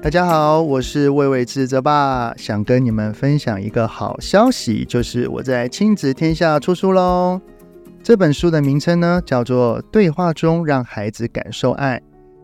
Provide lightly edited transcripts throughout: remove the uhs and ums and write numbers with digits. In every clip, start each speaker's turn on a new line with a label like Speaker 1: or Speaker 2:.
Speaker 1: 大家好，我是魏魏智泽爸，想跟你们分享一个好消息，就是我在亲子天下出书咯。这本书的名称呢，叫做《对话中让孩子感受爱》，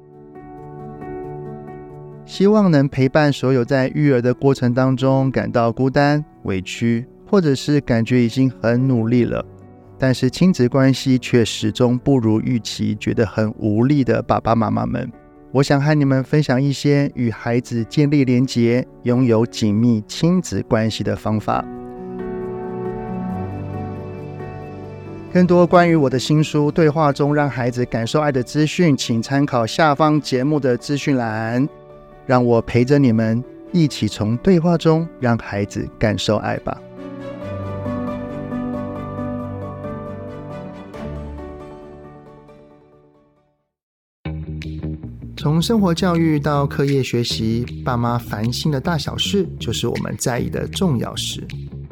Speaker 1: 希望能陪伴所有在育儿的过程当中感到孤单、委屈，或者是感觉已经很努力了，但是亲子关系却始终不如预期，觉得很无力的爸爸妈妈们。我想和你们分享一些与孩子建立连结、拥有紧密亲子关系的方法。更多关于我的新书《对话中让孩子感受爱》的资讯，请参考下方节目的资讯栏。让我陪着你们一起从对话中让孩子感受爱吧。从生活教育到课业学习，爸妈烦心的大小事，就是我们在意的重要事。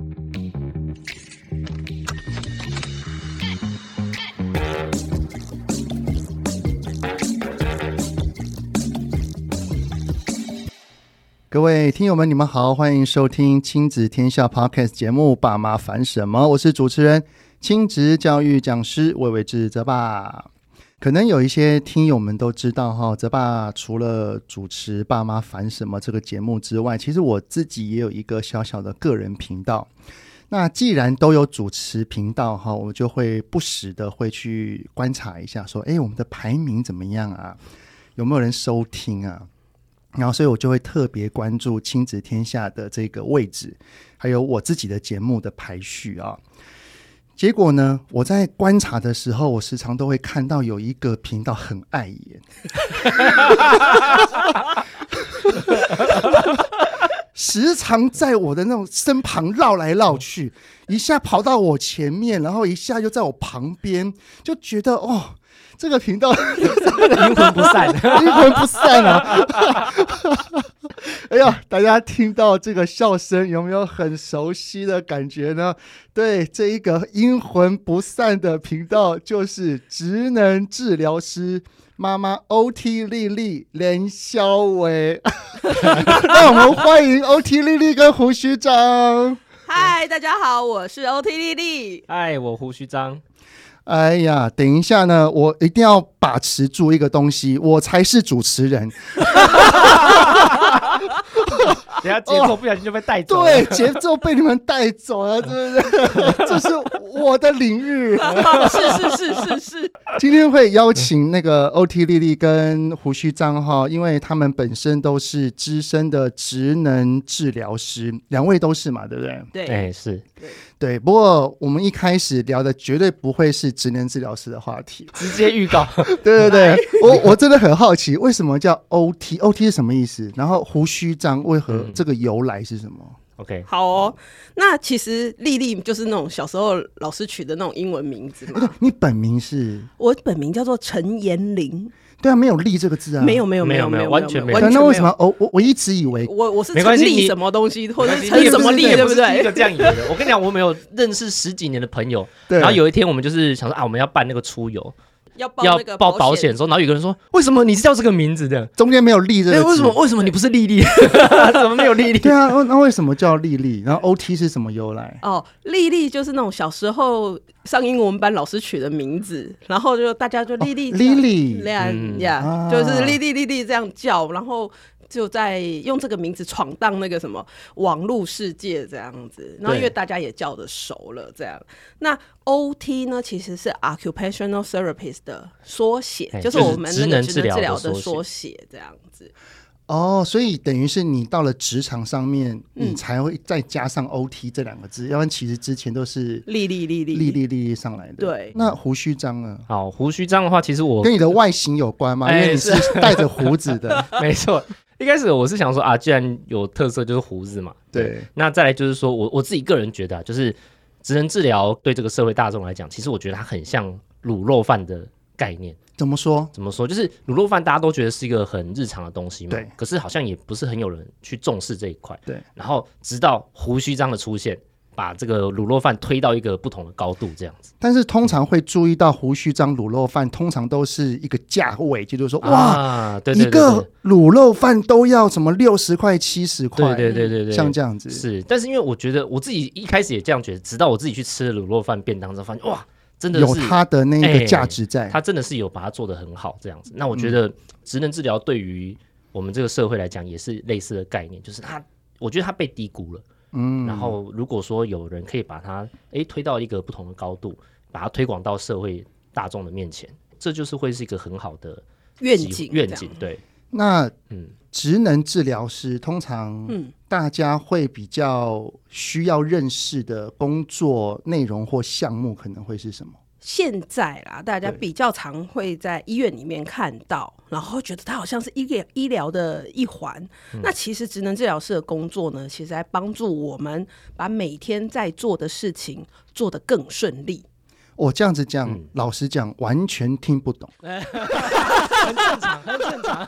Speaker 1: 各位听友们，你们好，欢迎收听亲子天下 Podcast 节目《爸妈烦什么》，我是主持人亲子教育讲师魏魏智泽爸。可能有一些听友们都知道泽爸除了主持《爸妈烦什么》这个节目之外，其实我自己也有一个小小的个人频道。那既然都有主持频道我就会不时的会去观察一下，说我们的排名怎么样啊？有没有人收听啊？然后所以我就会特别关注亲子天下的这个位置，还有我自己的节目的排序啊。结果呢，我在观察的时候，我时常都会看到有一个频道很碍眼时常在我的那种身旁绕来绕去，一下跑到我前面，然后一下又在我旁边，就觉得这个频道
Speaker 2: 灵魂不散
Speaker 1: 灵魂不散啊哎呀，大家听到这个笑声有没有很熟悉的感觉呢？对，这一个阴魂不散的频道就是职能治疗师妈妈 OT 丽丽连肖伟让我们欢迎 OT 丽丽跟胡须章。
Speaker 3: 嗨，大家好，我是 OT 丽丽。
Speaker 2: 嗨，我胡须章。
Speaker 1: 哎呀，等一下呢，我一定要把持住一个东西，我才是主持人
Speaker 2: 等一下节奏不小心就被带走了
Speaker 1: 对，节奏被你们带走了，对不对？这是我的领域
Speaker 3: 是
Speaker 1: 今天会邀请那个 OT 丽丽跟胡须章因为他们本身都是资深的职能治疗师，两位都是嘛，对不对？
Speaker 3: 对，
Speaker 2: 是
Speaker 1: 对。不过我们一开始聊的绝对不会是职能治疗师的话题，
Speaker 2: 直接预告
Speaker 1: 对对对我真的很好奇为什么叫 OT 是什么意思，然后胡须章为何这个由来是什么
Speaker 2: ？OK，
Speaker 3: 好哦。那其实丽丽就是那种小时候老师取的那种英文名字嘛。
Speaker 1: 你本名是？
Speaker 3: 我本名叫做陈妍玲。
Speaker 1: 对啊，没有丽这个字啊。
Speaker 3: 没有，
Speaker 2: 完全没有。
Speaker 1: 那为什么我一直以为
Speaker 3: 我是陈丽什么东西，或者陈什么丽，对不对？
Speaker 2: 一个这样以为的。我跟你讲，我们有认识10几年的朋友，然后有一天我们就是想说我们要办那个出游。
Speaker 3: 要
Speaker 2: 报保险的时候，然后有个人说：“为什么你是叫这个名字的？
Speaker 1: 中间没有丽这个字？
Speaker 2: 为什么你不是丽丽？怎么没有丽丽？”
Speaker 1: 对啊，那为什么叫丽丽？然后 OT 是什么由来？
Speaker 3: 丽丽就是那种小时候上英文班老师取的名字，然后就大家就丽丽就是丽丽这样叫，然后就在用这个名字闯荡那个什么网络世界这样子，然后因为大家也叫得熟了这样。那 OT 呢其实是 Occupational Therapist 的缩写，就是我们那个职能治疗的缩写这样子。
Speaker 1: 所以等于是你到了职场上面，你才会再加上 OT 这两个字，要不然其实之前都是丽丽上来的。对，那胡须章呢？
Speaker 2: 好，胡须章的话，其实我
Speaker 1: 跟你的外形有关吗？因为你是带着胡子的。
Speaker 2: 没错，一开始我是想说既然有特色就是胡子嘛，
Speaker 1: 对。那
Speaker 2: 再来就是说我自己个人觉得就是职能治疗对这个社会大众来讲，其实我觉得它很像卤肉饭的概念。
Speaker 1: 怎么说？
Speaker 2: 就是卤肉饭大家都觉得是一个很日常的东西嘛，
Speaker 1: 对。
Speaker 2: 可是好像也不是很有人去重视这一块，
Speaker 1: 对。
Speaker 2: 然后直到胡须章的出现， 把这个卤肉饭推到一个不同的高度这样子。
Speaker 1: 但是通常会注意到胡须章卤肉饭通常都是一个价位，就是说哇，
Speaker 2: 对对对对，
Speaker 1: 一个卤肉饭都要什么60块70块，
Speaker 2: 对对对对对，
Speaker 1: 像这样子
Speaker 2: 是。但是因为我觉得我自己一开始也这样觉得，直到我自己去吃了卤肉饭便当之后发现哇，真的是
Speaker 1: 有它的那个价值在，
Speaker 2: 它真的是有把它做得很好这样子。那我觉得职能治疗对于我们这个社会来讲也是类似的概念，就是我觉得它被低估了。然后如果说有人可以把它推到一个不同的高度，把它推广到社会大众的面前，这就是会是一个很好的
Speaker 3: 愿景。
Speaker 2: 对。
Speaker 1: 那职能治疗师通常大家会比较需要认识的工作内容或项目可能会是什么？
Speaker 3: 现在啦，大家比较常会在医院里面看到，然后觉得它好像是医疗的一环。那其实职能治疗师的工作呢，其实在帮助我们把每天在做的事情做得更顺利。
Speaker 1: 我这样子讲，老实讲，完全听不懂。
Speaker 2: 很正常，很正常。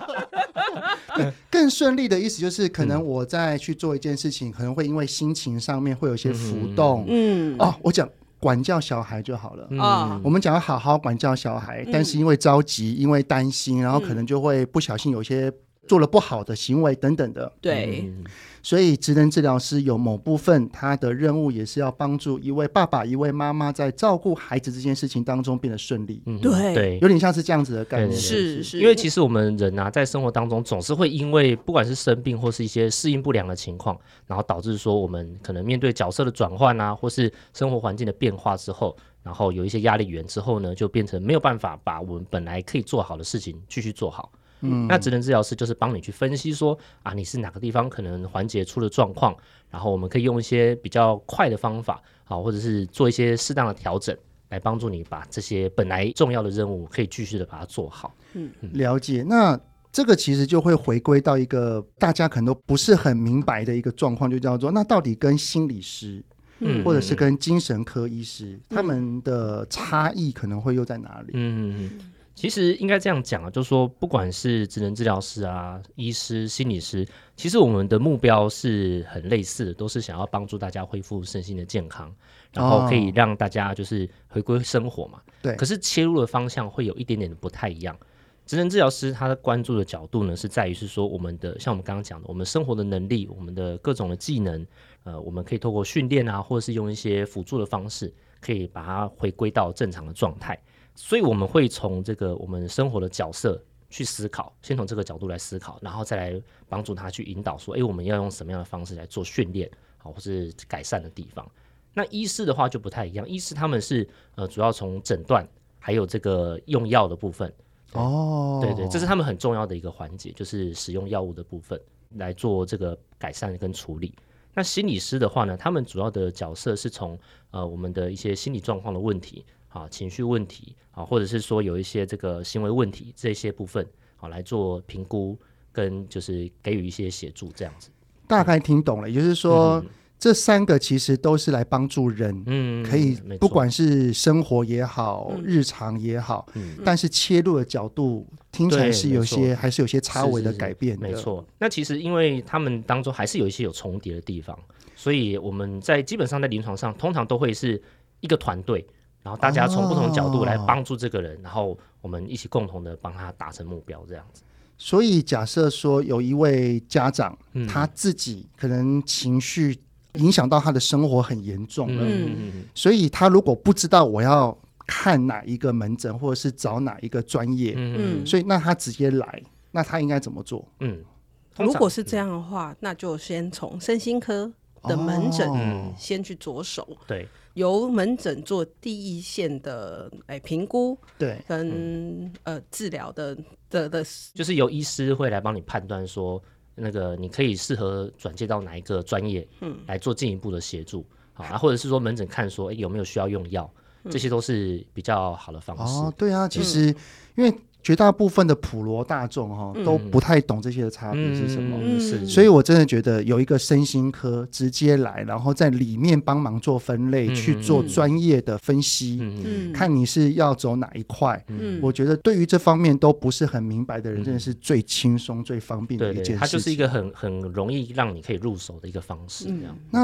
Speaker 1: 更顺利的意思就是，可能我在去做一件事情，可能会因为心情上面会有一些浮动。我讲管教小孩就好了。我们讲要好好管教小孩，但是因为着急，因为担心，然后可能就会不小心有些做了不好的行为等等的。
Speaker 3: 对。
Speaker 1: 所以职能治疗师有某部分他的任务也是要帮助一位爸爸一位妈妈在照顾孩子这件事情当中变得顺利。
Speaker 3: 对，
Speaker 1: 有点像是这样子的概念。
Speaker 3: 是
Speaker 2: 因为其实我们人在生活当中总是会因为不管是生病或是一些适应不良的情况，然后导致说我们可能面对角色的转换或是生活环境的变化之后，然后有一些压力源之后呢，就变成没有办法把我们本来可以做好的事情继续做好。那职能治疗师就是帮你去分析说你是哪个地方可能环节出了状况，然后我们可以用一些比较快的方法或者是做一些适当的调整，来帮助你把这些本来重要的任务可以继续的把它做好。
Speaker 1: 了解。那这个其实就会回归到一个大家可能都不是很明白的一个状况，就叫做那到底跟心理师或者是跟精神科医师他们的差异可能会又在哪里？
Speaker 2: 其实应该这样讲就是说不管是职能治疗师医师、心理师，其实我们的目标是很类似的，都是想要帮助大家恢复身心的健康，然后可以让大家就是回归生活嘛。对。可是切入的方向会有一点点的不太一样。职能治疗师他关注的角度呢，是在于是说我们的像我们刚刚讲的，我们生活的能力，我们的各种的技能，我们可以透过训练或者是用一些辅助的方式，可以把它回归到正常的状态。所以我们会从这个我们生活的角色去思考，先从这个角度来思考，然后再来帮助他去引导说我们要用什么样的方式来做训练或是改善的地方。那医师的话就不太一样，医师他们是主要从诊断还有这个用药的部分。对对，这是他们很重要的一个环节，就是使用药物的部分来做这个改善跟处理。那心理师的话呢，他们主要的角色是从我们的一些心理状况的问题情绪问题或者是说有一些这个行为问题这些部分来做评估跟就是给予一些协助这样子。
Speaker 1: 大概听懂了，也就是说这3个其实都是来帮助人可以不管是生活也好日常也好但是切入的角度听起来是有些还是有些差微的改变的。
Speaker 2: 没错。那其实因为他们当中还是有一些有重叠的地方，所以我们基本上在临床上通常都会是一个团队，然后大家从不同角度来帮助这个人然后我们一起共同的帮他达成目标这样子。
Speaker 1: 所以假设说有一位家长他自己可能情绪影响到他的生活很严重了所以他如果不知道我要看哪一个门诊或者是找哪一个专业所以那他直接来，那他应该怎么做？
Speaker 3: 如果是这样的话，那就先从身心科的门诊先去着手，
Speaker 2: 对，
Speaker 3: 由门诊做第一线的评估，
Speaker 1: 对，
Speaker 3: 跟治疗的
Speaker 2: 就是由医师会来帮你判断说那个你可以适合转介到哪一个专业来做进一步的协助或者是说门诊看说有没有需要用药，这些都是比较好的方式。
Speaker 1: 对啊，其实因为绝大部分的普罗大众都不太懂这些的差别是什么所以我真的觉得有一个身心科直接来，然后在里面帮忙做分类去做专业的分析看你是要走哪一块我觉得对于这方面都不是很明白的人真的是最轻松最方便的一件事情。
Speaker 2: 它就是一个很容易让你可以入手的一个方式这样。
Speaker 1: 那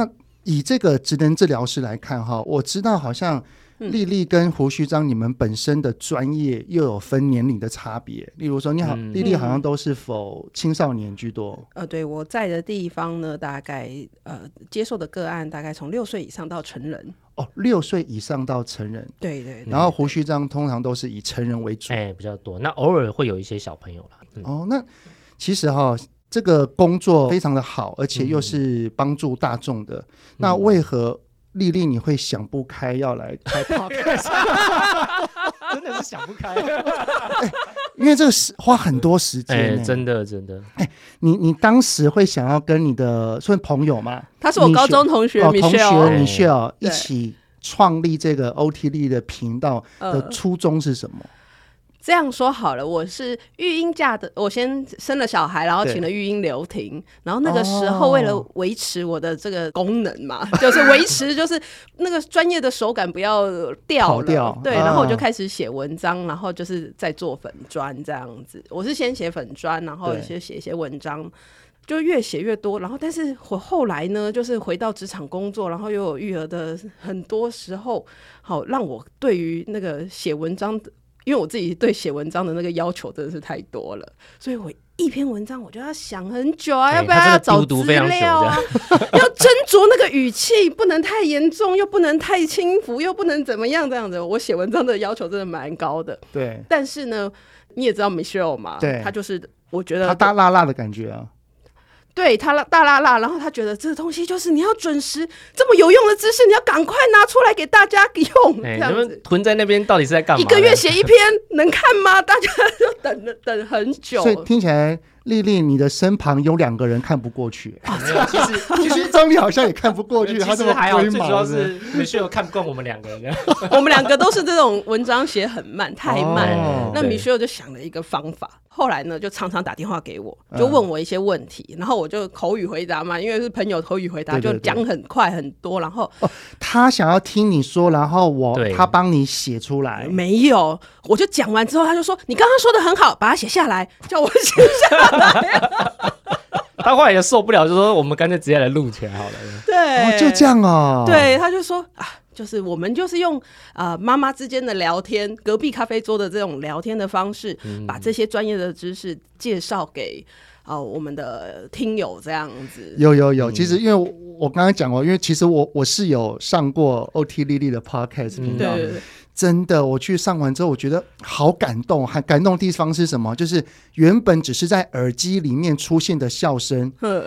Speaker 1: 以这个职能治疗师来看哈，我知道好像丽丽跟胡须章你们本身的专业又有分年龄的差别，例如说丽丽好像都是否青少年居多？
Speaker 3: 对，我在的地方呢，大概接受的个案大概从6岁以上到成人。
Speaker 1: 6岁以上到成人，
Speaker 3: 对对。
Speaker 1: 然后胡须章通常都是以成人为主，
Speaker 2: 比较多。那偶尔会有一些小朋友啦。
Speaker 1: 那其实这个工作非常的好，而且又是帮助大众的。那为何丽丽你会想不开要来开 podcast？
Speaker 2: 真的是想不开。
Speaker 1: 因为这个花很多时间，
Speaker 2: 真的。
Speaker 1: 你当时会想要跟你的算朋友吗？
Speaker 3: 他是我高中同学
Speaker 1: Michelle 一起创立这个 OT 的频道的初衷是什么？
Speaker 3: 这样说好了，我是育婴假的，我先生了小孩，然后请了育婴留停，然后那个时候为了维持我的这个功能嘛，就是维持就是那个专业的手感不要掉了，对，然后我就开始写文章，然后就是在做粉专这样子。我是先写粉专，然后先写一些文章。就越写越多，然后但是我后来呢，就是回到职场工作，然后又有育儿的，很多时候好让我对于那个写文章的，因为我自己对写文章的那个要求真的是太多了，所以我一篇文章我就要想很久啊，要不然要找资料啊，要斟酌那个语气，不能太严重，又不能太轻浮，又不能怎么样这样子。我写文章的要求真的蛮高的，对。但是呢，你也知道 Michelle 嘛，对，他就是我觉得
Speaker 1: 他大辣辣的感觉啊。
Speaker 3: 对，他大辣辣，然后他觉得这个东西就是你要准时，这么有用的知识，你要赶快拿出来给大家用。这样子，
Speaker 2: 你们囤在那边到底是在干嘛？
Speaker 3: 一个月写一篇，能看吗？大家就等很久。
Speaker 1: 所以听起来，丽丽，你的身旁有2个人看不过去。其实张力好像也看不过去，他这么
Speaker 2: 还好，最主要是Michelle看不惯我们2个人。
Speaker 3: 我们2个都是这种文章写很慢，太慢。那Michelle就想了一个方法。后来呢，就常常打电话给我，就问我一些问题，然后我就口语回答嘛，因为是朋友口语回答，就讲很快很多。然后
Speaker 1: 他想要听你说，然后他帮你写出来。
Speaker 3: 没有，我就讲完之后，他就说你刚刚说的很好，把它写下来，叫我写下来。
Speaker 2: 他后来也受不了，就说我们干脆直接来录起来好了。
Speaker 3: 对，
Speaker 1: 就这样哦。
Speaker 3: 对，他就说就是我们就是用妈妈之间的聊天，隔壁咖啡桌的这种聊天的方式，把这些专业的知识介绍给我们的听友这样子。
Speaker 1: 有，其实因为我刚才讲过，因为其实我是有上过 OT 丽丽的 podcast 频道。对，真的，我去上完之后，我觉得好感动。很感动的地方是什么？就是原本只是在耳机里面出现的笑声，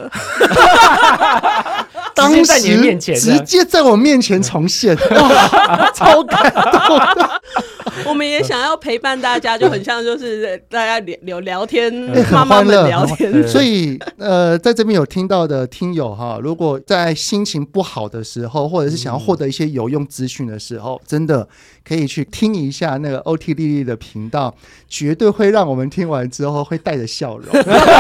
Speaker 1: 当时
Speaker 2: 在你面前
Speaker 1: 直接在我面前重现，哇，超感动的。
Speaker 3: 我们也想要陪伴大家，就很像就是大家聊天，妈妈们聊天。
Speaker 1: 所以在这边有听到的听友哈，如果在心情不好的时候，或者是想要获得一些有用资讯的时候，真的可以去听一下那个 OT 丽丽的频道，绝对会让我们听完之后会带着笑容。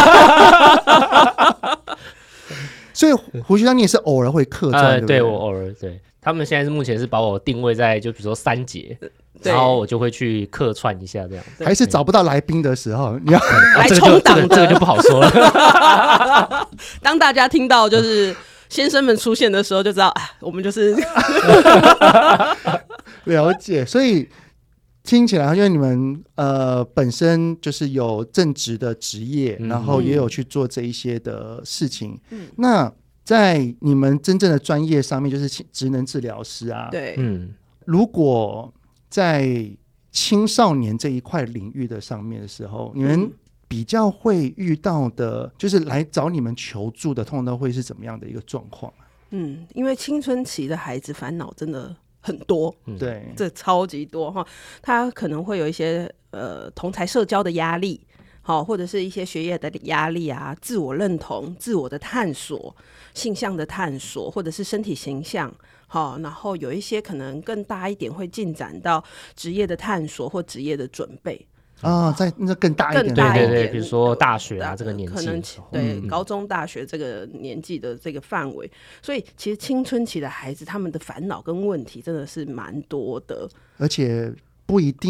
Speaker 1: 所以胡须章你也是偶尔会客串，对不对？
Speaker 2: 对，我偶尔对。他们现在目前是把我定位在就比如说3节，然后我就会去客串一下这样。
Speaker 1: 还是找不到来宾的时候，你要
Speaker 3: 来充档的，
Speaker 2: 这个就不好说了。
Speaker 3: 当大家听到就是先生们出现的时候，就知道我们就是
Speaker 1: 了解。所以听起来，因为你们本身就是有正职的职业，然后也有去做这一些的事情。那在你们真正的专业上面，就是职能治疗师啊。
Speaker 3: 对，
Speaker 1: 如果在青少年这一块领域的上面的时候，你们比较会遇到的，就是来找你们求助的，通常都会是怎么样的一个状况？
Speaker 3: 因为青春期的孩子烦恼真的很多，
Speaker 1: 对，
Speaker 3: 这超级多哈。他可能会有一些同侪社交的压力，或者是一些学业的压力啊，自我认同、自我的探索、性向的探索，或者是身体形象。然后有一些可能更大一点，会进展到职业的探索或职业的准备。
Speaker 1: 在那更大一点，
Speaker 2: 对，比如说大学这个年纪，
Speaker 3: 可能对高中、大学这个年纪的这个范围，所以其实青春期的孩子他们的烦恼跟问题真的是蛮多的，
Speaker 1: 而且不一定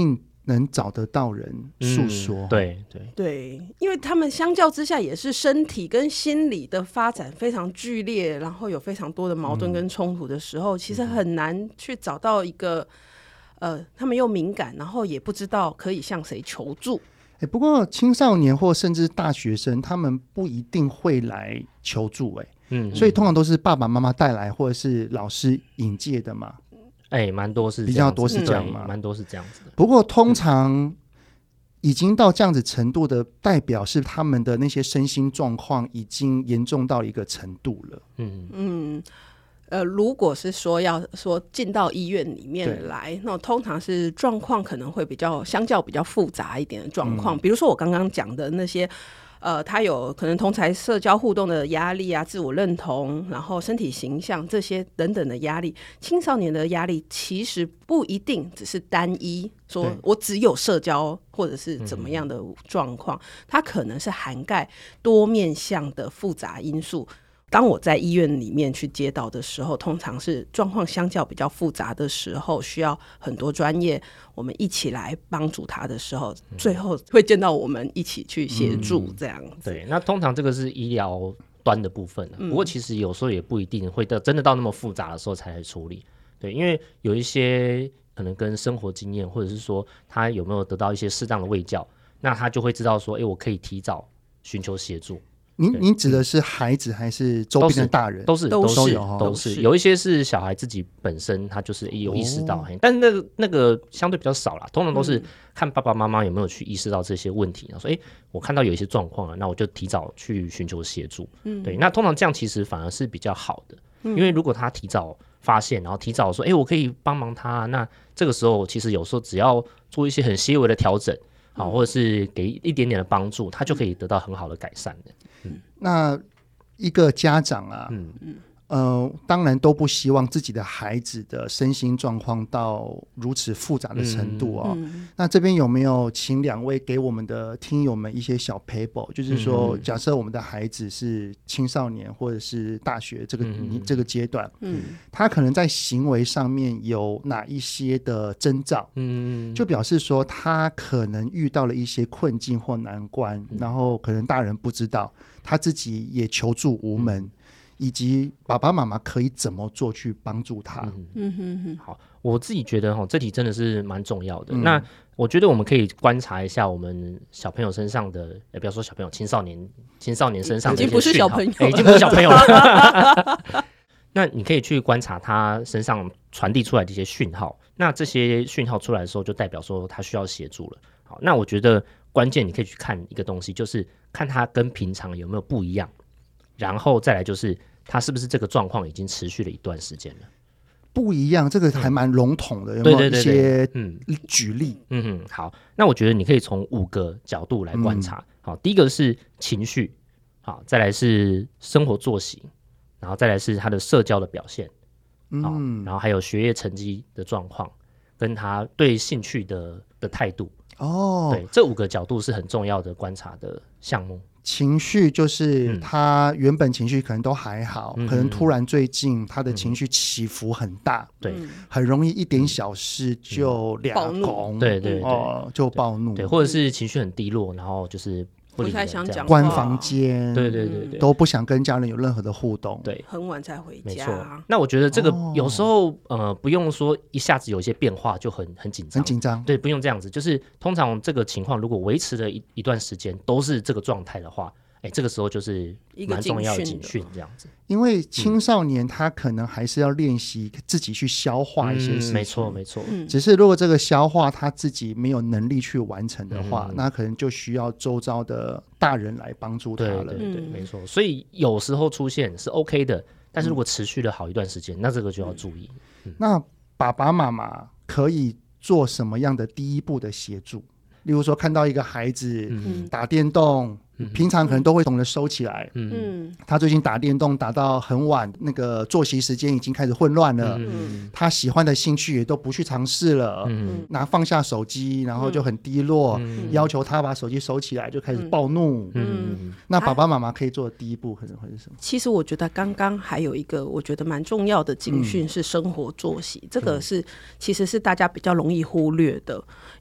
Speaker 1: 能找得到人诉说。
Speaker 2: 对，
Speaker 3: 因为他们相较之下也是身体跟心理的发展非常剧烈，然后有非常多的矛盾跟冲突的时候，其实很难去找到一个他们又敏感，然后也不知道可以向谁求助。
Speaker 1: 不过青少年或甚至大学生，他们不一定会来求助，所以通常都是爸爸妈妈带来，或者是老师引介的嘛。
Speaker 2: 蛮多是
Speaker 1: 比较多是这样嘛，
Speaker 2: 蛮多是这样子的。
Speaker 1: 不过通常已经到这样子程度的，代表是他们的那些身心状况已经严重到一个程度了。
Speaker 3: 如果是说要说进到医院里面来，那通常是状况可能会相较比较复杂一点的状况，比如说我刚刚讲的那些。他有可能同侪社交互动的压力啊，自我认同，然后身体形象这些等等的压力。青少年的压力其实不一定只是单一，说我只有社交或者是怎么样的状况，它可能是涵盖多面向的复杂因素。当我在医院里面去接到的时候，通常是状况相较比较复杂的时候，需要很多专业我们一起来帮助他的时候，最后会见到我们一起去协助这样子。
Speaker 2: 对，那通常这个是医疗端的部分不过其实有时候也不一定会真的到那么复杂的时候才来处理。对，因为有一些可能跟生活经验，或者是说他有没有得到一些适当的卫教，那他就会知道说，我可以提早寻求协助。
Speaker 1: 你指的是孩子还是周边的大人？
Speaker 2: 都是有一些是小孩自己本身他就是有意识到，但是那个相对比较少啦，通常都是看爸爸妈妈有没有去意识到这些问题，说我看到有一些状况了，那我就提早去寻求协助。对，那通常这样其实反而是比较好的，因为如果他提早发现，然后提早说我可以帮忙他，那这个时候其实有时候只要做一些很细微的调整，或者是给一点点的帮助，他就可以得到很好的改善的。
Speaker 1: 那一个家长啊，当然都不希望自己的孩子的身心状况到如此复杂的程度那这边有没有请两位给我们的听友们一些小 paper， 就是说假设我们的孩子是青少年或者是大学这个阶段，他可能在行为上面有哪一些的征兆，就表示说他可能遇到了一些困境或难关，然后可能大人不知道，他自己也求助无门，以及爸爸妈妈可以怎么做去帮助他。
Speaker 2: 好，我自己觉得这题真的是蛮重要的。那我觉得我们可以观察一下我们小朋友身上的，不要说小朋友，青少年身上的一些讯号，已经不是小朋友，已经不是小朋友了。那你可以去观察他身上传递出来的一些讯号，那这些讯号出来的时候，就代表说他需要协助了。好，那我觉得关键你可以去看一个东西，就是看他跟平常有没有不一样。然后再来就是他是不是这个状况已经持续了一段时间了。
Speaker 1: 不一样，这个还蛮笼统的，有没有一些举例？
Speaker 2: 好，那我觉得你可以从5个角度来观察。好，第一个是情绪，好，再来是生活作息，然后再来是他的社交的表现，然后还有学业成绩的状况，跟他对兴趣的态度。对，这5个角度是很重要的观察的项目。
Speaker 1: 情绪就是他原本情绪可能都还好，可能突然最近他的情绪起伏很大，
Speaker 2: 对，
Speaker 1: 很容易一点小事就俩拱，
Speaker 2: 对，
Speaker 1: 就暴怒，
Speaker 2: 对，或者是情绪很低落，然后就是不
Speaker 3: 太想讲话，
Speaker 1: 关房间，
Speaker 2: 对，
Speaker 1: 都不想跟家人有任何的互动，
Speaker 2: 对，
Speaker 3: 很晚才回家。
Speaker 2: 没错。那我觉得这个有时候不用说一下子有一些变化就很紧张，对，不用这样子。就是通常这个情况如果维持了一段时间都是这个状态的话，这个时候就是蛮重要的警讯这样子。
Speaker 1: 因为青少年他可能还是要练习自己去消化一些事情，
Speaker 2: 没错。
Speaker 1: 只是如果这个消化他自己没有能力去完成的话，那可能就需要周遭的大人来帮助他了。
Speaker 2: 对，没错。所以有时候出现是 OK 的，但是如果持续了好一段时间，那这个就要注意。
Speaker 1: 那爸爸妈妈可以做什么样的第一步的协助？例如说看到一个孩子打电动，平常可能都会懂得收起来，他最近打电动打到很晚，那个作息时间已经开始混乱了，他喜欢的兴趣也都不去尝试了，放下手机然后就很低落，要求他把手机收起来就开始暴怒。那爸爸妈妈可以做的第一步可能会是什么？
Speaker 3: 其实我觉得刚刚还有一个我觉得蛮重要的警讯是生活作息，这个是其实是大家比较容易忽略的，因为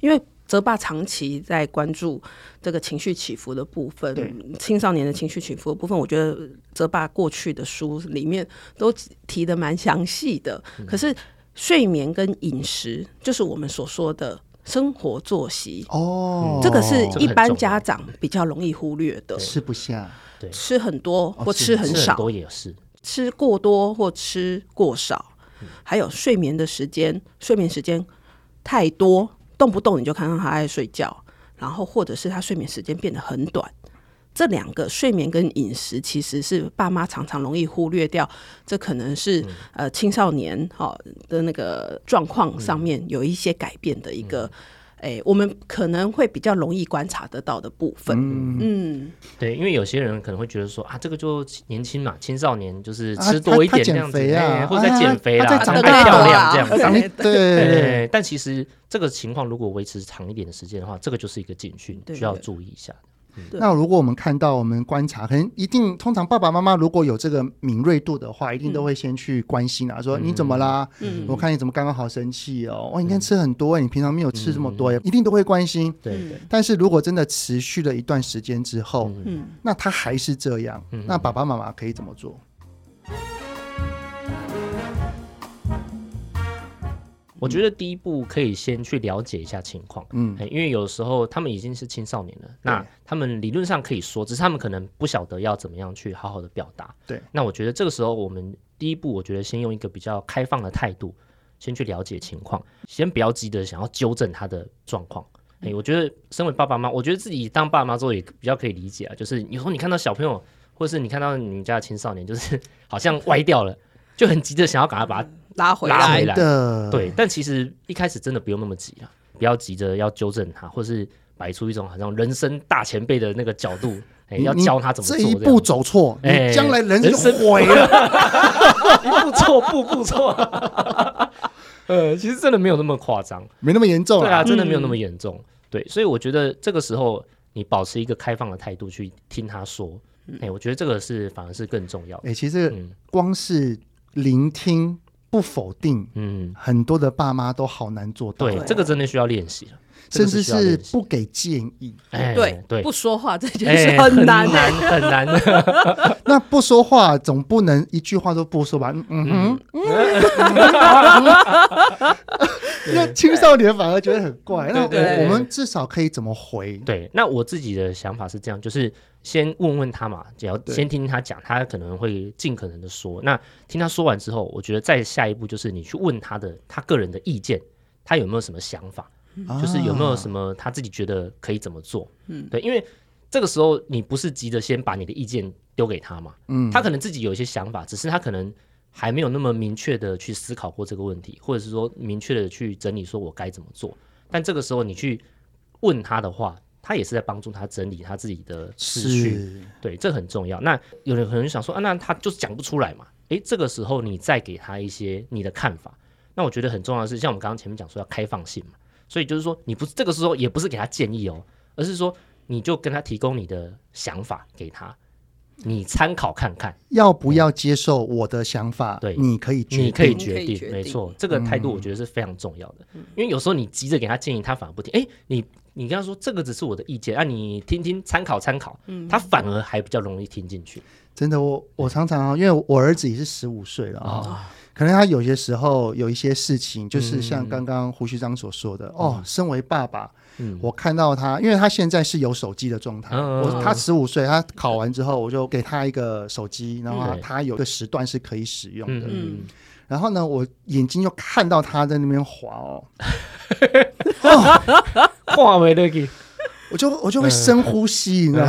Speaker 3: 泽爸长期在关注这个情绪起伏的部分，青少年的情绪起伏的部分，我觉得泽爸过去的书里面都提得蛮详细的。可是睡眠跟饮食，就是我们所说的生活作息这个是一般家长比较容易忽略的。
Speaker 1: 吃不下，
Speaker 3: 吃很多或吃很少，
Speaker 2: 吃很多也是
Speaker 3: 吃过多或吃过少，还有睡眠的时间，睡眠时间太多，动不动你就看到他爱睡觉，然后或者是他睡眠时间变得很短。这两个睡眠跟饮食其实是爸妈常常容易忽略掉，这可能是青少年的那个状况上面有一些改变的一个我们可能会比较容易观察得到的部分。
Speaker 2: 对，因为有些人可能会觉得说啊，这个就年轻嘛，青少年就是吃多一点这样子，或者在减肥啦，爱漂亮这样子。对，但其实这个情况如果维持长一点的时间的话，这个就是一个警讯，需要注意一下。
Speaker 1: 那如果我们看到，我们观察，可能一定通常爸爸妈妈如果有这个敏锐度的话，一定都会先去关心说你怎么啦？我看你怎么刚刚好生气哦，你看吃很多，你平常没有吃这么多，一定都会关心。
Speaker 2: 对。
Speaker 1: 但是如果真的持续了一段时间之后，那他还是这样，那爸爸妈妈可以怎么做？
Speaker 2: 我觉得第一步可以先去了解一下情况，因为有时候他们已经是青少年了，那他们理论上可以说，只是他们可能不晓得要怎么样去好好的表达。对，那我觉得这个时候我们第一步，我觉得先用一个比较开放的态度，先去了解情况，先不要急着想要纠正他的状况。我觉得身为爸爸妈妈，我觉得自己当爸妈之后也比较可以理解啊，就是有时候你看到小朋友，或者是你看到你们家的青少年，就是好像歪掉了，就很急着想要赶快把他
Speaker 3: 拉回来
Speaker 1: 的。
Speaker 2: 对，但其实一开始真的不用那么急啊，不要急着要纠正他，或是摆出一种好像人生大前辈的那个角度，要教他怎么做。
Speaker 1: 这一步走错，你将来人生毁了。
Speaker 2: 一步错，步步错。其实真的没有那么夸张，
Speaker 1: 没那么严重。
Speaker 2: 对啊，真的没有那么严重。对，所以我觉得这个时候你保持一个开放的态度去听他说，我觉得这个是反而是更重要的。
Speaker 1: 其实光是聆听不否定，很多的爸妈都好难做到。
Speaker 2: 对，这个真的需要练习了。
Speaker 1: 甚至是不给建议，
Speaker 3: 对，不说话这件事很难
Speaker 2: 很难。
Speaker 1: 那不说话总不能一句话都不说吧？那青少年反而觉得很怪。那我们至少可以怎么回？
Speaker 2: 对，那我自己的想法是这样，就是先问问他嘛，只要先听他讲，他可能会尽可能的说。那听他说完之后，我觉得再下一步就是你去问他个人的意见，他有没有什么想法？就是有没有什么他自己觉得可以怎么做？对，因为这个时候你不是急着先把你的意见丢给他嘛，他可能自己有一些想法，只是他可能还没有那么明确的去思考过这个问题，或者是说明确的去整理说我该怎么做。但这个时候你去问他的话，他也是在帮助他整理他自己的思绪，对，这很重要。那有人可能想说那他就是讲不出来嘛，这个时候你再给他一些你的看法。那我觉得很重要的是，像我们刚刚前面讲说要开放性嘛。所以就是说，你不是这个时候也不是给他建议而是说你就跟他提供你的想法给他，你参考看看
Speaker 1: 要不要接受我的想法。对，你可以
Speaker 2: 决定，没错，这个态度我觉得是非常重要的。因为有时候你急着给他建议，他反而不听。你跟他说这个只是我的意见你听听参考，他反而还比较容易听进去。
Speaker 1: 真的，我常常因为我儿子也是15岁了可能他有些时候有一些事情，就是像刚刚胡须章所说的身为爸爸，我看到他，因为他现在是有手机的状态，他15岁，他考完之后，我就给他一个手机，然后他有个时段是可以使用的。然后呢，我眼睛就看到他在那边滑
Speaker 2: 画没得给，
Speaker 1: 我就会深呼吸，你知道吗？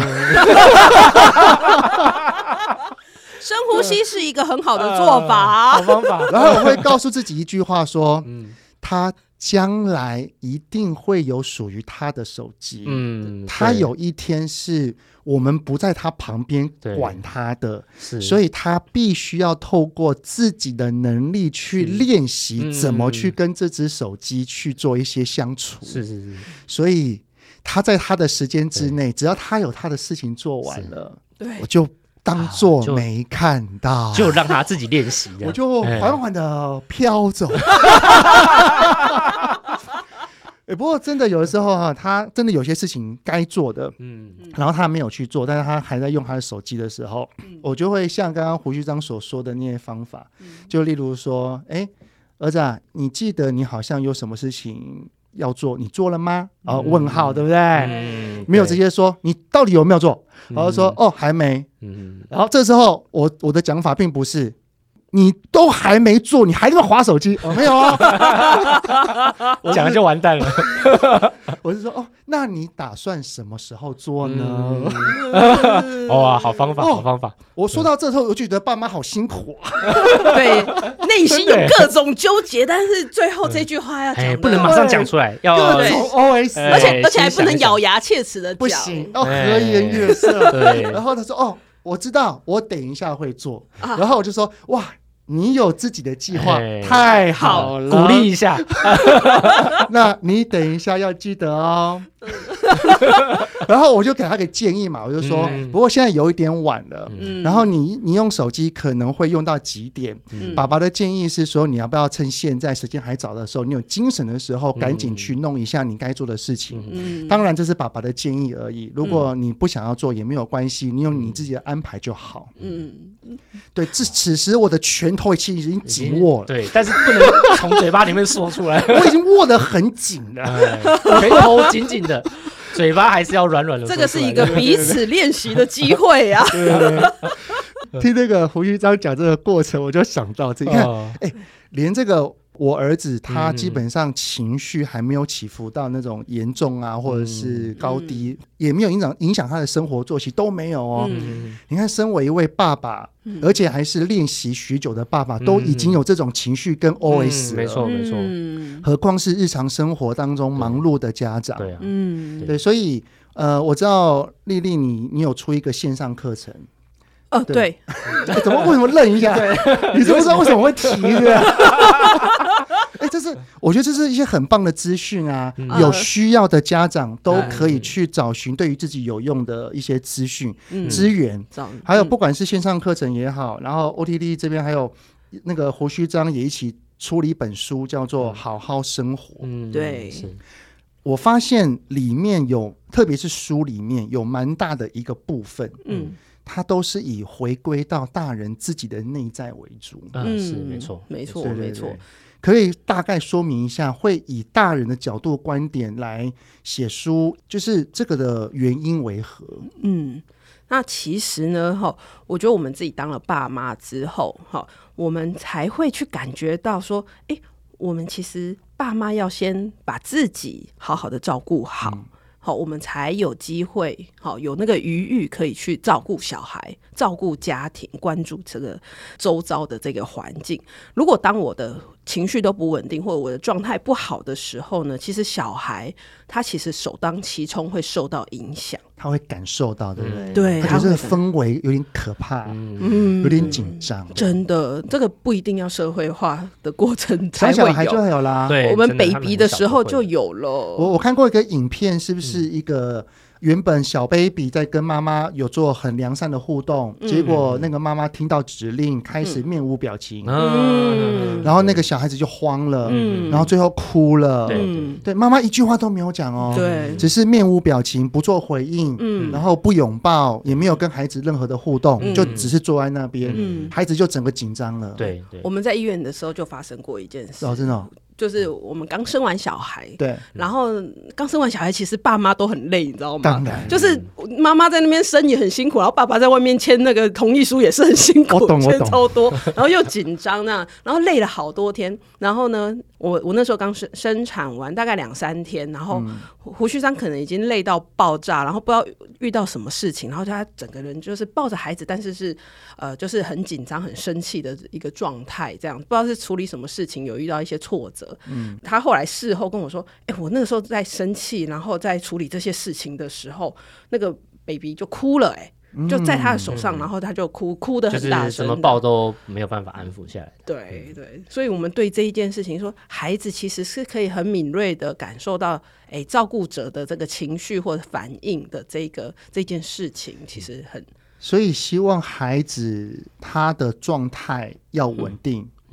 Speaker 3: 深呼吸是一个很好的做法，
Speaker 2: 好方法。
Speaker 1: 然后我会告诉自己一句话说，他将来一定会有属于他的手机，他有一天是我们不在他旁边管他的，所以他必须要透过自己的能力去练习怎么去跟这只手机去做一些相处。
Speaker 2: 是，
Speaker 1: 所以他在他的时间之内，只要他有他的事情做完了，我就当作没看到，
Speaker 2: 就让他自己练习，
Speaker 1: 我就缓缓的飘走。 不过真的有的时候他真的有些事情该做的，然后他没有去做，但是他还在用他的手机的时候，我就会像刚刚胡须章所说的那些方法，就例如说，儿子啊，你记得你好像有什么事情要做，你做了吗？问号，对不对？没有直接说你到底有没有做，然后说还没。然后这时候我的讲法并不是你都还没做，你还在那滑手机，没有
Speaker 2: 讲就完蛋了。
Speaker 1: 我是说那你打算什么时候做呢？
Speaker 2: 好方法，好方法。
Speaker 1: 我说到这时候，我就觉得爸妈好辛苦啊。
Speaker 3: 对，内心有各种纠结，但是最后这句话要讲，
Speaker 2: 不能马上讲出来，要
Speaker 1: 从 OS，
Speaker 3: 而且还不能咬牙切齿的讲，
Speaker 1: 不行，要和颜悦色。对，然后他说我知道，我等一下会做。然后我就说哇，你有自己的计划，太好了，
Speaker 2: 鼓励一下。
Speaker 1: 那你等一下要记得哦。然后我就给他个建议嘛，我就说，不过现在有一点晚了，然后你用手机可能会用到几点，爸爸的建议是说，你要不要趁现在时间还早的时候，你有精神的时候，赶紧去弄一下你该做的事情。当然这是爸爸的建议而已，如果你不想要做也没有关系，你有你自己的安排就好。对，此时我的拳头其实已经紧握了，
Speaker 2: 对，但是不能从嘴巴里面说出来。
Speaker 1: 我已经握得很紧了，
Speaker 2: 拳头紧紧的，嘴巴还是要软软的。
Speaker 3: 这个是一个彼此练习的机会啊。
Speaker 1: 听那个胡须章讲这个过程，我就想到你看，连这个我儿子他基本上情绪还没有起伏到那种严重啊，或者是高低，也没有影响他的生活作息，都没有哦。你看，身为一位爸爸，而且还是练习许久的爸爸，都已经有这种情绪跟 OS 了，
Speaker 2: 没错没错。
Speaker 1: 何况是日常生活当中忙碌的家长。
Speaker 2: 对啊，
Speaker 1: 对，所以我知道丽丽你有出一个线上课程。
Speaker 3: 对，
Speaker 1: 为什么愣一下？你知不知道为什么会提的？我觉得这是一些很棒的资讯啊，有需要的家长都可以去找寻对于自己有用的一些资讯、资源，还有不管是线上课程也好，然后 OTT 这边还有那个胡须章也一起出了一本书，叫做《好好生活》。
Speaker 3: 对。
Speaker 1: 我发现里面有，特别是书里面有蛮大的一个部分，它都是以回归到大人自己的内在为主。
Speaker 2: 是没错，
Speaker 3: 没错，没错。
Speaker 1: 可以大概说明一下，会以大人的角度观点来写书，就是这个的原因为何？
Speaker 3: 那其实呢，我觉得我们自己当了爸妈之后，我们才会去感觉到说，我们其实爸妈要先把自己好好的照顾好。我们才有机会有那个余裕可以去照顾小孩、照顾家庭、关注这个周遭的这个环境。如果当我的情绪都不稳定，或者我的状态不好的时候呢，其实小孩他其实首当其冲会受到影响，
Speaker 1: 他会感受到，对不对？
Speaker 3: 对，
Speaker 1: 他觉得氛围有点可怕，有点紧张。
Speaker 3: 真的，这个不一定要社会化的过程才会有，
Speaker 1: 小孩就有啦。
Speaker 2: 对，
Speaker 3: 我们 baby 的时候就有了。
Speaker 1: 我看过一个影片，是不是一个原本小 baby 在跟妈妈有做很良善的互动，结果那个妈妈听到指令开始面无表情，然后那个小孩子就慌了，然后最后哭了。对，妈妈一句话都没有讲哦，
Speaker 3: 对，
Speaker 1: 只是面无表情，不做回应，然后不拥抱，也没有跟孩子任何的互动，就只是坐在那边，孩子就整个紧张了。
Speaker 2: 对，
Speaker 3: 我们在医院的时候就发生过一件事。
Speaker 1: 真的哦。
Speaker 3: 就是我们刚生完小孩，
Speaker 1: 对，
Speaker 3: 然后刚生完小孩，其实爸妈都很累，你知道吗？
Speaker 1: 当然，
Speaker 3: 就是妈妈在那边生也很辛苦，然后爸爸在外面签那个同意书也是很辛苦，签超多，然后又紧张那，然后累了好多天。然后呢，我那时候刚生产完大概2-3天，然后胡须章可能已经累到爆炸，然后不知道遇到什么事情，然后他整个人就是抱着孩子，但是就是很紧张、很生气的一个状态，这样不知道是处理什么事情，有遇到一些挫折。他后来事后跟我说，我那个时候在生气，然后在处理这些事情的时候，那个 baby 就哭了，就在他的手上，然后他就哭得很大声，
Speaker 2: 就是什么抱都没有办法安抚下来。
Speaker 3: 对对，所以我们对这一件事情说，孩子其实是可以很敏锐的感受到，照顾者的这个情绪或者反应的这件事情，其实很。
Speaker 1: 所以希望孩子他的状态要稳定，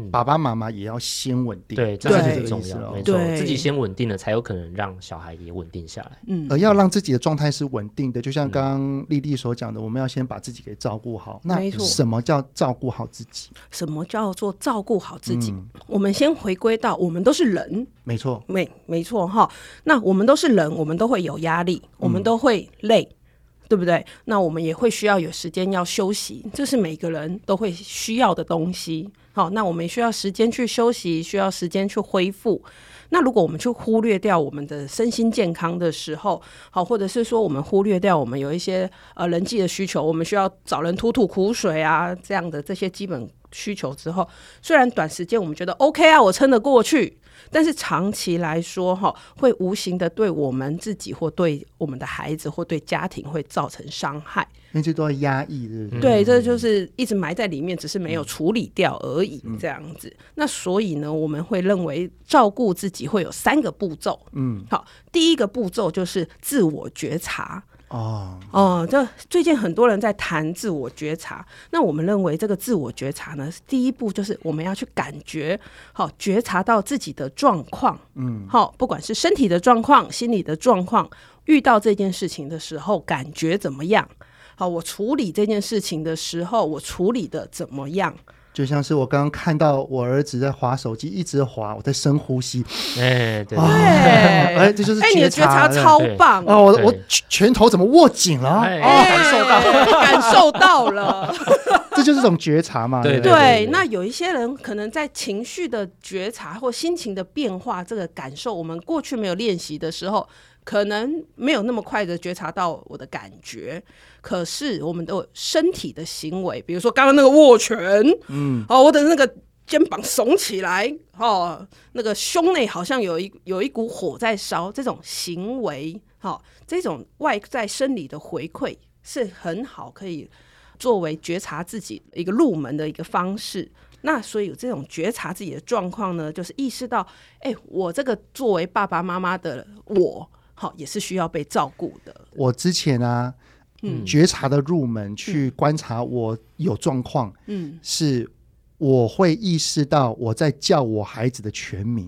Speaker 1: 爸爸妈妈也要先稳定，
Speaker 2: 对，这是很重要，没错，自己先稳定了，才有可能让小孩也稳定下来。
Speaker 1: 而要让自己的状态是稳定的，就像刚刚丽丽所讲的，我们要先把自己给照顾好。那什么叫照顾好自己？
Speaker 3: 什么叫做照顾好自己？我们先回归到我们都是人，
Speaker 1: 没错，
Speaker 3: 没错哈。那我们都是人，我们都会有压力，我们都会累。对不对？那我们也会需要有时间要休息，这是每个人都会需要的东西。好，那我们也需要时间去休息，需要时间去恢复。那如果我们去忽略掉我们的身心健康的时候，好，或者是说我们忽略掉我们有一些人际的需求，我们需要找人吐吐苦水啊，这样的这些基本需求之后，虽然短时间我们觉得 OK 啊，我撑得过去，但是长期来说会无形的对我们自己或对我们的孩子或对家庭会造成伤害，
Speaker 1: 因为这都要压抑，对不对？
Speaker 3: 对，这就是一直埋在里面，只是没有处理掉而已，这样子。那所以呢，我们会认为照顾自己会有3个步骤。好，第一个步骤就是自我觉察。这最近很多人在谈自我觉察，那我们认为这个自我觉察呢，第一步就是我们要去感觉，觉察到自己的状况，不管是身体的状况、心理的状况，遇到这件事情的时候感觉怎么样？好，我处理这件事情的时候，我处理的怎么样？
Speaker 1: 就像是我刚刚看到我儿子在滑手机，一直滑，我在深呼吸。
Speaker 2: 对，
Speaker 1: 这就是觉察。
Speaker 3: 你的觉察超棒
Speaker 1: 我拳头怎么握紧了？
Speaker 2: 感
Speaker 3: 受到了。
Speaker 1: 这就是一种觉察嘛。
Speaker 3: 对，那有一些人可能在情绪的觉察或心情的变化这个感受，我们过去没有练习的时候，可能没有那么快的觉察到我的感觉，可是我们的身体的行为，比如说刚刚那个握拳，我的那个肩膀耸起来，那个胸内好像有一股火在烧，这种行为，这种外在生理的回馈是很好，可以作为觉察自己一个入门的一个方式。那所以有这种觉察自己的状况呢，就是意识到，我这个作为爸爸妈妈的我，也是需要被照顾的。
Speaker 1: 我之前觉察的入门去观察我有状况，是我会意识到我在叫我孩子的全名。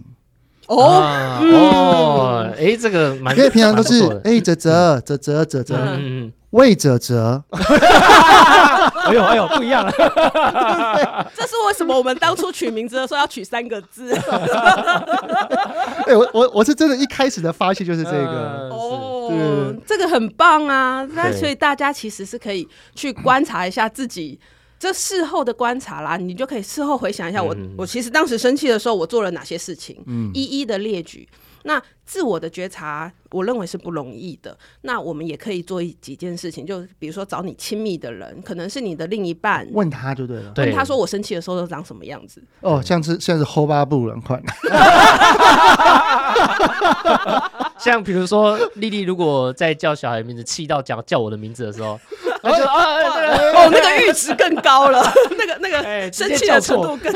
Speaker 2: 这个蛮，
Speaker 1: 因为平常都是泽泽泽泽泽泽，魏泽泽。
Speaker 2: 哎呦，不一样了。
Speaker 3: 这是为什么我们当初取名字的时候要取3个字？
Speaker 1: 我是真的一开始的发现就是这个。
Speaker 3: 这个很棒啊！那所以大家其实是可以去观察一下自己。这事后的观察啦，你就可以事后回想一下我其实当时生气的时候我做了哪些事情，一一的列举。那自我的觉察我认为是不容易的，那我们也可以做几件事情，就比如说找你亲密的人，可能是你的另一半，
Speaker 1: 问他就对了，
Speaker 3: 问他说我生气的时候都长什么样子。
Speaker 1: 像是后巴布人款。
Speaker 2: 像比如说丽丽如果在叫小孩名字气到叫我的名字的时候，那就
Speaker 3: 那个阈值更高了，那个生气的程度更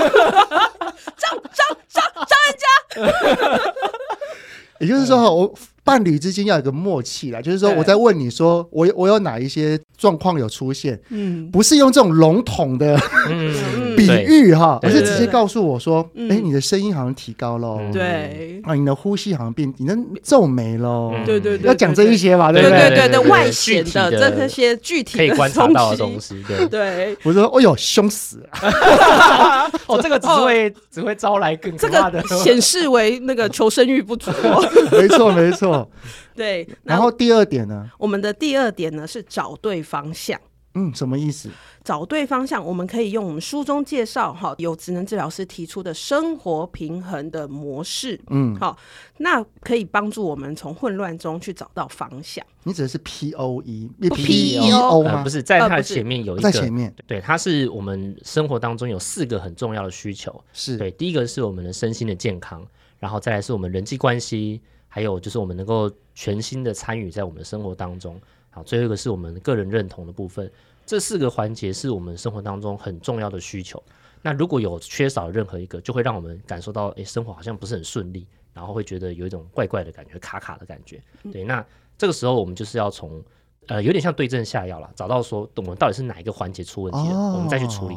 Speaker 3: 张人家。
Speaker 1: 也就是说伴侣之间要有一个默契啦，就是说我在问你说我有哪一些状况有出现，不是用这种笼统的比喻而是直接告诉我说，你的声音好像提高了，
Speaker 3: 对
Speaker 1: 你的呼吸好像变，你的皱眉了，
Speaker 3: 对，
Speaker 1: 要讲这一些嘛，对不
Speaker 3: 对？对，外显的这些具体的
Speaker 2: 可以观察到的东西，
Speaker 3: 对。
Speaker 1: 我说凶死了。
Speaker 2: 这个只会招来更可怕的，
Speaker 3: 这个显示为那个求生欲不足。
Speaker 1: 没错。对，然后第2点呢？
Speaker 3: 我们的第2点呢是找对方向。
Speaker 1: 什么意思？
Speaker 3: 找对方向，我们可以用我们书中介绍有职能治疗师提出的生活平衡的模式。那可以帮助我们从混乱中去找到方向。
Speaker 1: 你指的是 POE 吗？
Speaker 2: 不是，在它的前面有一个，
Speaker 1: 在前面，
Speaker 2: 对，它是我们生活当中有4个很重要的需求。
Speaker 1: 是
Speaker 2: 对，第一个是我们的身心的健康，然后再来是我们人际关系，还有就是我们能够全心的参与在我们的生活当中。好，最后一个是我们个人认同的部分。这4个环节是我们生活当中很重要的需求。那如果有缺少任何一个，就会让我们感受到生活好像不是很顺利，然后会觉得有一种怪怪的感觉，卡卡的感觉。对，那这个时候我们就是要从有点像对症下药啦，找到说我们到底是哪一个环节出问题了，我们再去处理它。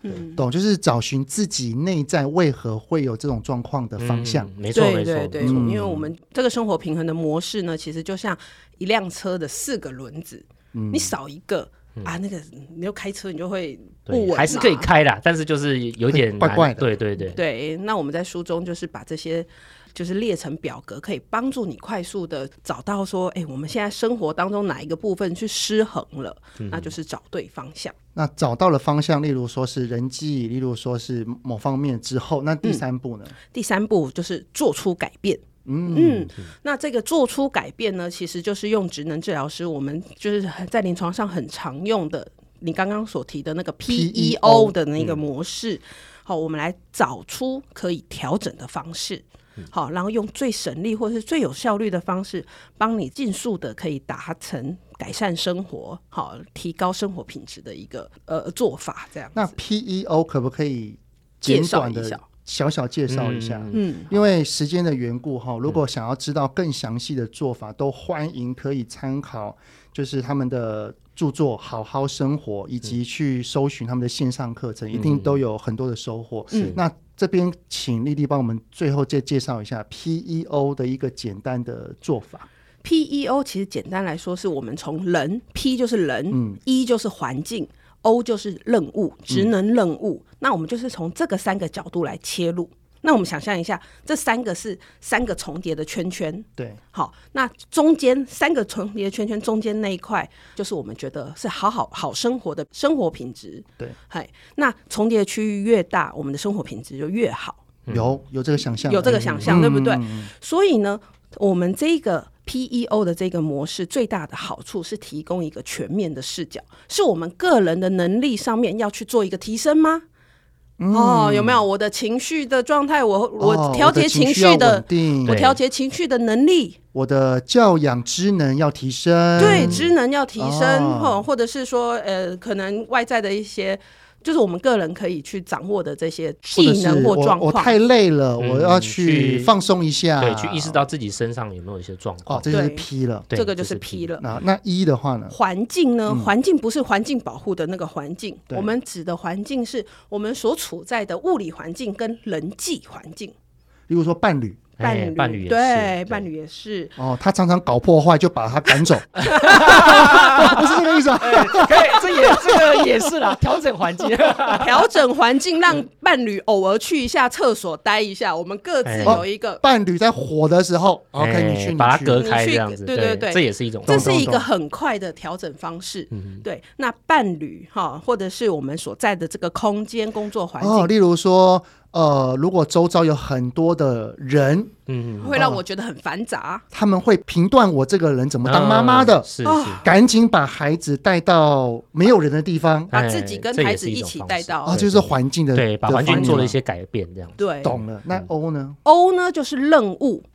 Speaker 1: 懂，就是找寻自己内在为何会有这种状况的方向。
Speaker 2: 没错没错，
Speaker 3: 对，因为我们这个生活平衡的模式呢，其实就像一辆车的4个轮子，你少一个那个你就开车你就会不稳，
Speaker 2: 还是可以开啦，但是就是有点
Speaker 1: 怪怪的。
Speaker 3: 对，那我们在书中就是把这些就是列成表格，可以帮助你快速的找到说，我们现在生活当中哪一个部分去失衡了，那就是找对方向。那
Speaker 1: 找到了方向，例如说是人际，例如说是某方面之后，那第3步呢？
Speaker 3: 第3步就是做出改变。那这个做出改变呢，其实就是用职能治疗师我们就是在临床上很常用的，你刚刚所提的那个 PEO 的那个模式。好，我们来找出可以调整的方式。好，然后用最省力或是最有效率的方式，帮你尽速的可以达成改善生活，好，提高生活品质的一个做法。这样子，
Speaker 1: 那 PEO 可不可以简短的小小介绍一下？因为时间的缘故如果想要知道更详细的做法，都欢迎可以参考，就是他们的著作《好好生活》，以及去搜寻他们的线上课程，一定都有很多的收获。那这边请丽丽帮我们最后再介绍一下 PEO 的一个简单的做法。
Speaker 3: PEO 其实简单来说是我们从人 P 就是人E 就是环境O 就是任务，职能任务，那我们就是从这个3个角度来切入。那我们想象一下，这3个是3个重叠的圈圈，
Speaker 1: 对，
Speaker 3: 好，那中间3个重叠的圈圈中间那一块，就是我们觉得是好生活的生活品质，
Speaker 1: 对，
Speaker 3: 那重叠的区域越大，我们的生活品质就越好。
Speaker 1: 有这个想象，
Speaker 3: 有这个想象，对不对？所以呢，我们这个PEO 的这个模式最大的好处是提供一个全面的视角，是我们个人的能力上面要去做一个提升吗？有没有我的情绪的状态，我调节情绪的，我调节情绪的能力，
Speaker 1: 我的教养知能要提升，
Speaker 3: 对，知能要提升，或者是说可能外在的一些就是我们个人可以去掌握的这些技能或状况。
Speaker 1: 我太累了，我要去放松一下，
Speaker 2: 对，去意识到自己身上有没有一些状况。
Speaker 1: 这就是 P 了，
Speaker 3: 这个就是 P 了。
Speaker 1: 那 E 的话呢？
Speaker 3: 环境呢？环境不是环境保护的那个环境，我们指的环境是我们所处在的物理环境跟人际环境。
Speaker 1: 例如说伴侣。
Speaker 2: 伴侣也是，
Speaker 3: 对，伴侣也是。
Speaker 1: 他常常搞破坏，就把他赶走。不是这个意思啊。
Speaker 2: 可以，这个也是啦，调整环境，
Speaker 3: 调整环境，让伴侣偶尔去一下厕所待一下，我们各自有一个。
Speaker 1: 伴侣在火的时候，OK， 你去
Speaker 2: 把它隔开这样子，
Speaker 3: 对，
Speaker 2: 这也是一种，
Speaker 3: 这是一个很快的调整方式。对，那伴侣或者是我们所在的这个空间工作环境，
Speaker 1: 例如说。如果周遭有很多的人，
Speaker 3: 会让我觉得很繁杂，
Speaker 1: 他们会评断我这个人怎么当妈妈的，赶紧把孩子带到没有人的地方，
Speaker 3: 把自己跟孩子一起带到，
Speaker 1: 就是环境的，
Speaker 2: 对，把环境做了一些改变，这样
Speaker 3: 对，
Speaker 1: 懂了。那 O 呢
Speaker 3: ？O 呢就是任务。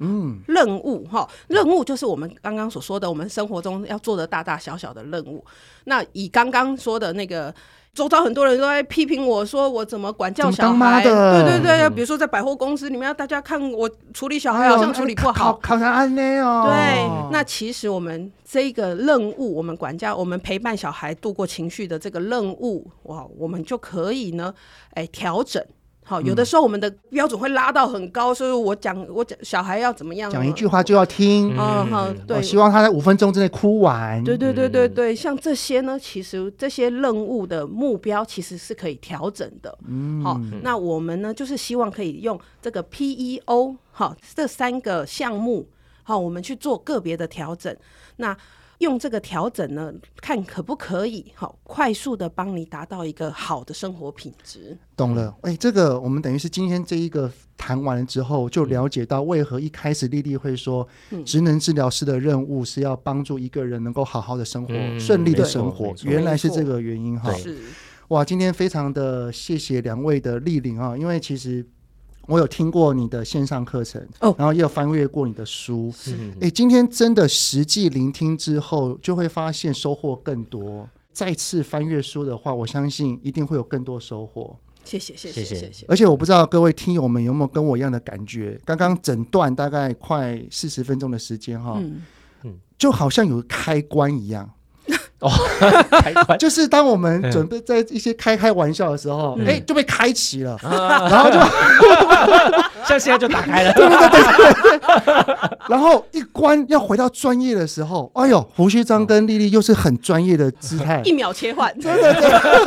Speaker 3: 任务就是我们刚刚所说的，我们生活中要做的大大小小的任务。那以刚刚说的那个，周遭很多人都在批评我说我怎么管教小孩，对，比如说在百货公司里面，大家看我处理小孩好像处理不好，
Speaker 1: 考成安内哦。
Speaker 3: 对，那其实我们这个任务，我们管教，我们陪伴小孩度过情绪的这个任务，我们就可以呢，调整。好，有的时候我们的标准会拉到很高，所以我讲小孩要怎么样，
Speaker 1: 讲一句话就要听，
Speaker 3: 对，
Speaker 1: 希望他在5分钟之内哭完。
Speaker 3: 对，像这些呢，其实这些任务的目标其实是可以调整的。好，那我们呢，就是希望可以用这个 PEO 这3个项目，我们去做个别的调整。那用这个调整呢，看可不可以快速的帮你达到一个好的生活品质。
Speaker 1: 懂了。这个我们等于是今天这一个谈完了之后，就了解到为何一开始丽丽会说职能治疗师的任务是要帮助一个人能够好好的生活，顺利的生活，原来是这个原因。哇，今天非常的谢谢2位的莅临因为其实我有听过你的线上课程，然后也有翻阅过你的书。今天真的实际聆听之后，就会发现收获更多。再次翻阅书的话，我相信一定会有更多收获。
Speaker 3: 谢谢。
Speaker 1: 而且我不知道各位听友们有没有跟我一样的感觉，刚刚整段大概快40分钟的时间就好像有开关一样。
Speaker 2: 开关
Speaker 1: 就是当我们准备在一些开玩笑的时候，就被开启了，然后就
Speaker 2: 像现在就打开了，
Speaker 1: 对，然后一关要回到专业的时候，哎呦，胡须章跟丽丽又是很专业的姿态
Speaker 3: ，1秒切换，
Speaker 1: 真的，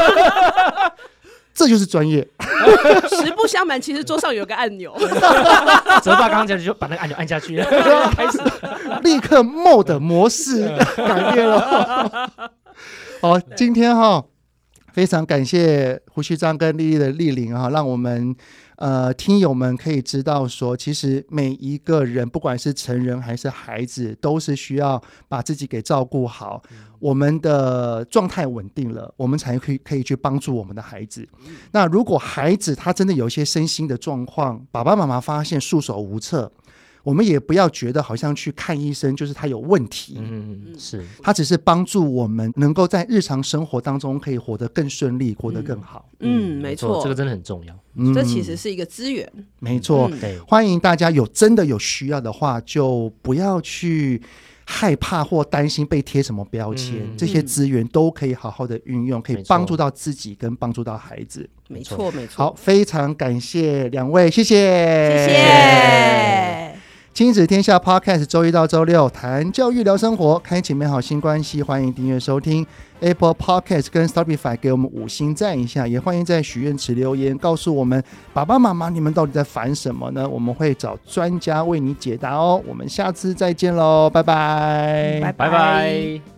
Speaker 1: 这就是专业。
Speaker 3: 实不相瞒，其实桌上有个按钮，
Speaker 2: 泽爸刚刚讲就把那个按钮按下去了，开始
Speaker 1: 立刻 mode 模式改变了。好，今天非常感谢胡须章跟丽丽的莅临让我们听友们可以知道说，其实每一个人不管是成人还是孩子，都是需要把自己给照顾好，我们的状态稳定了，我们才可以去帮助我们的孩子。那如果孩子他真的有一些身心的状况，爸爸妈妈发现束手无策，我们也不要觉得好像去看医生就是他有问题，
Speaker 2: 是
Speaker 1: 他只是帮助我们能够在日常生活当中可以活得更顺利，活得更好。
Speaker 3: 没错，
Speaker 2: 这个真的很重要。
Speaker 3: 这其实是一个资源，
Speaker 1: 没错。
Speaker 2: 对，
Speaker 1: 欢迎大家真的有需要的话，就不要去害怕或担心被贴什么标签，这些资源都可以好好的运用，可以帮助到自己跟帮助到孩子。
Speaker 3: 没错。
Speaker 1: 好，非常感谢两位，谢谢。
Speaker 3: 谢谢。
Speaker 1: 亲子天下 Podcast 周一到周六谈教育聊生活，开启美好新关系，欢迎订阅收听 Apple Podcast 跟 Spotify， 给我们5星赞一下，也欢迎在许愿池留言告诉我们爸爸妈妈你们到底在烦什么呢？我们会找专家为你解答哦。我们下次再见喽，拜拜，
Speaker 2: 拜拜。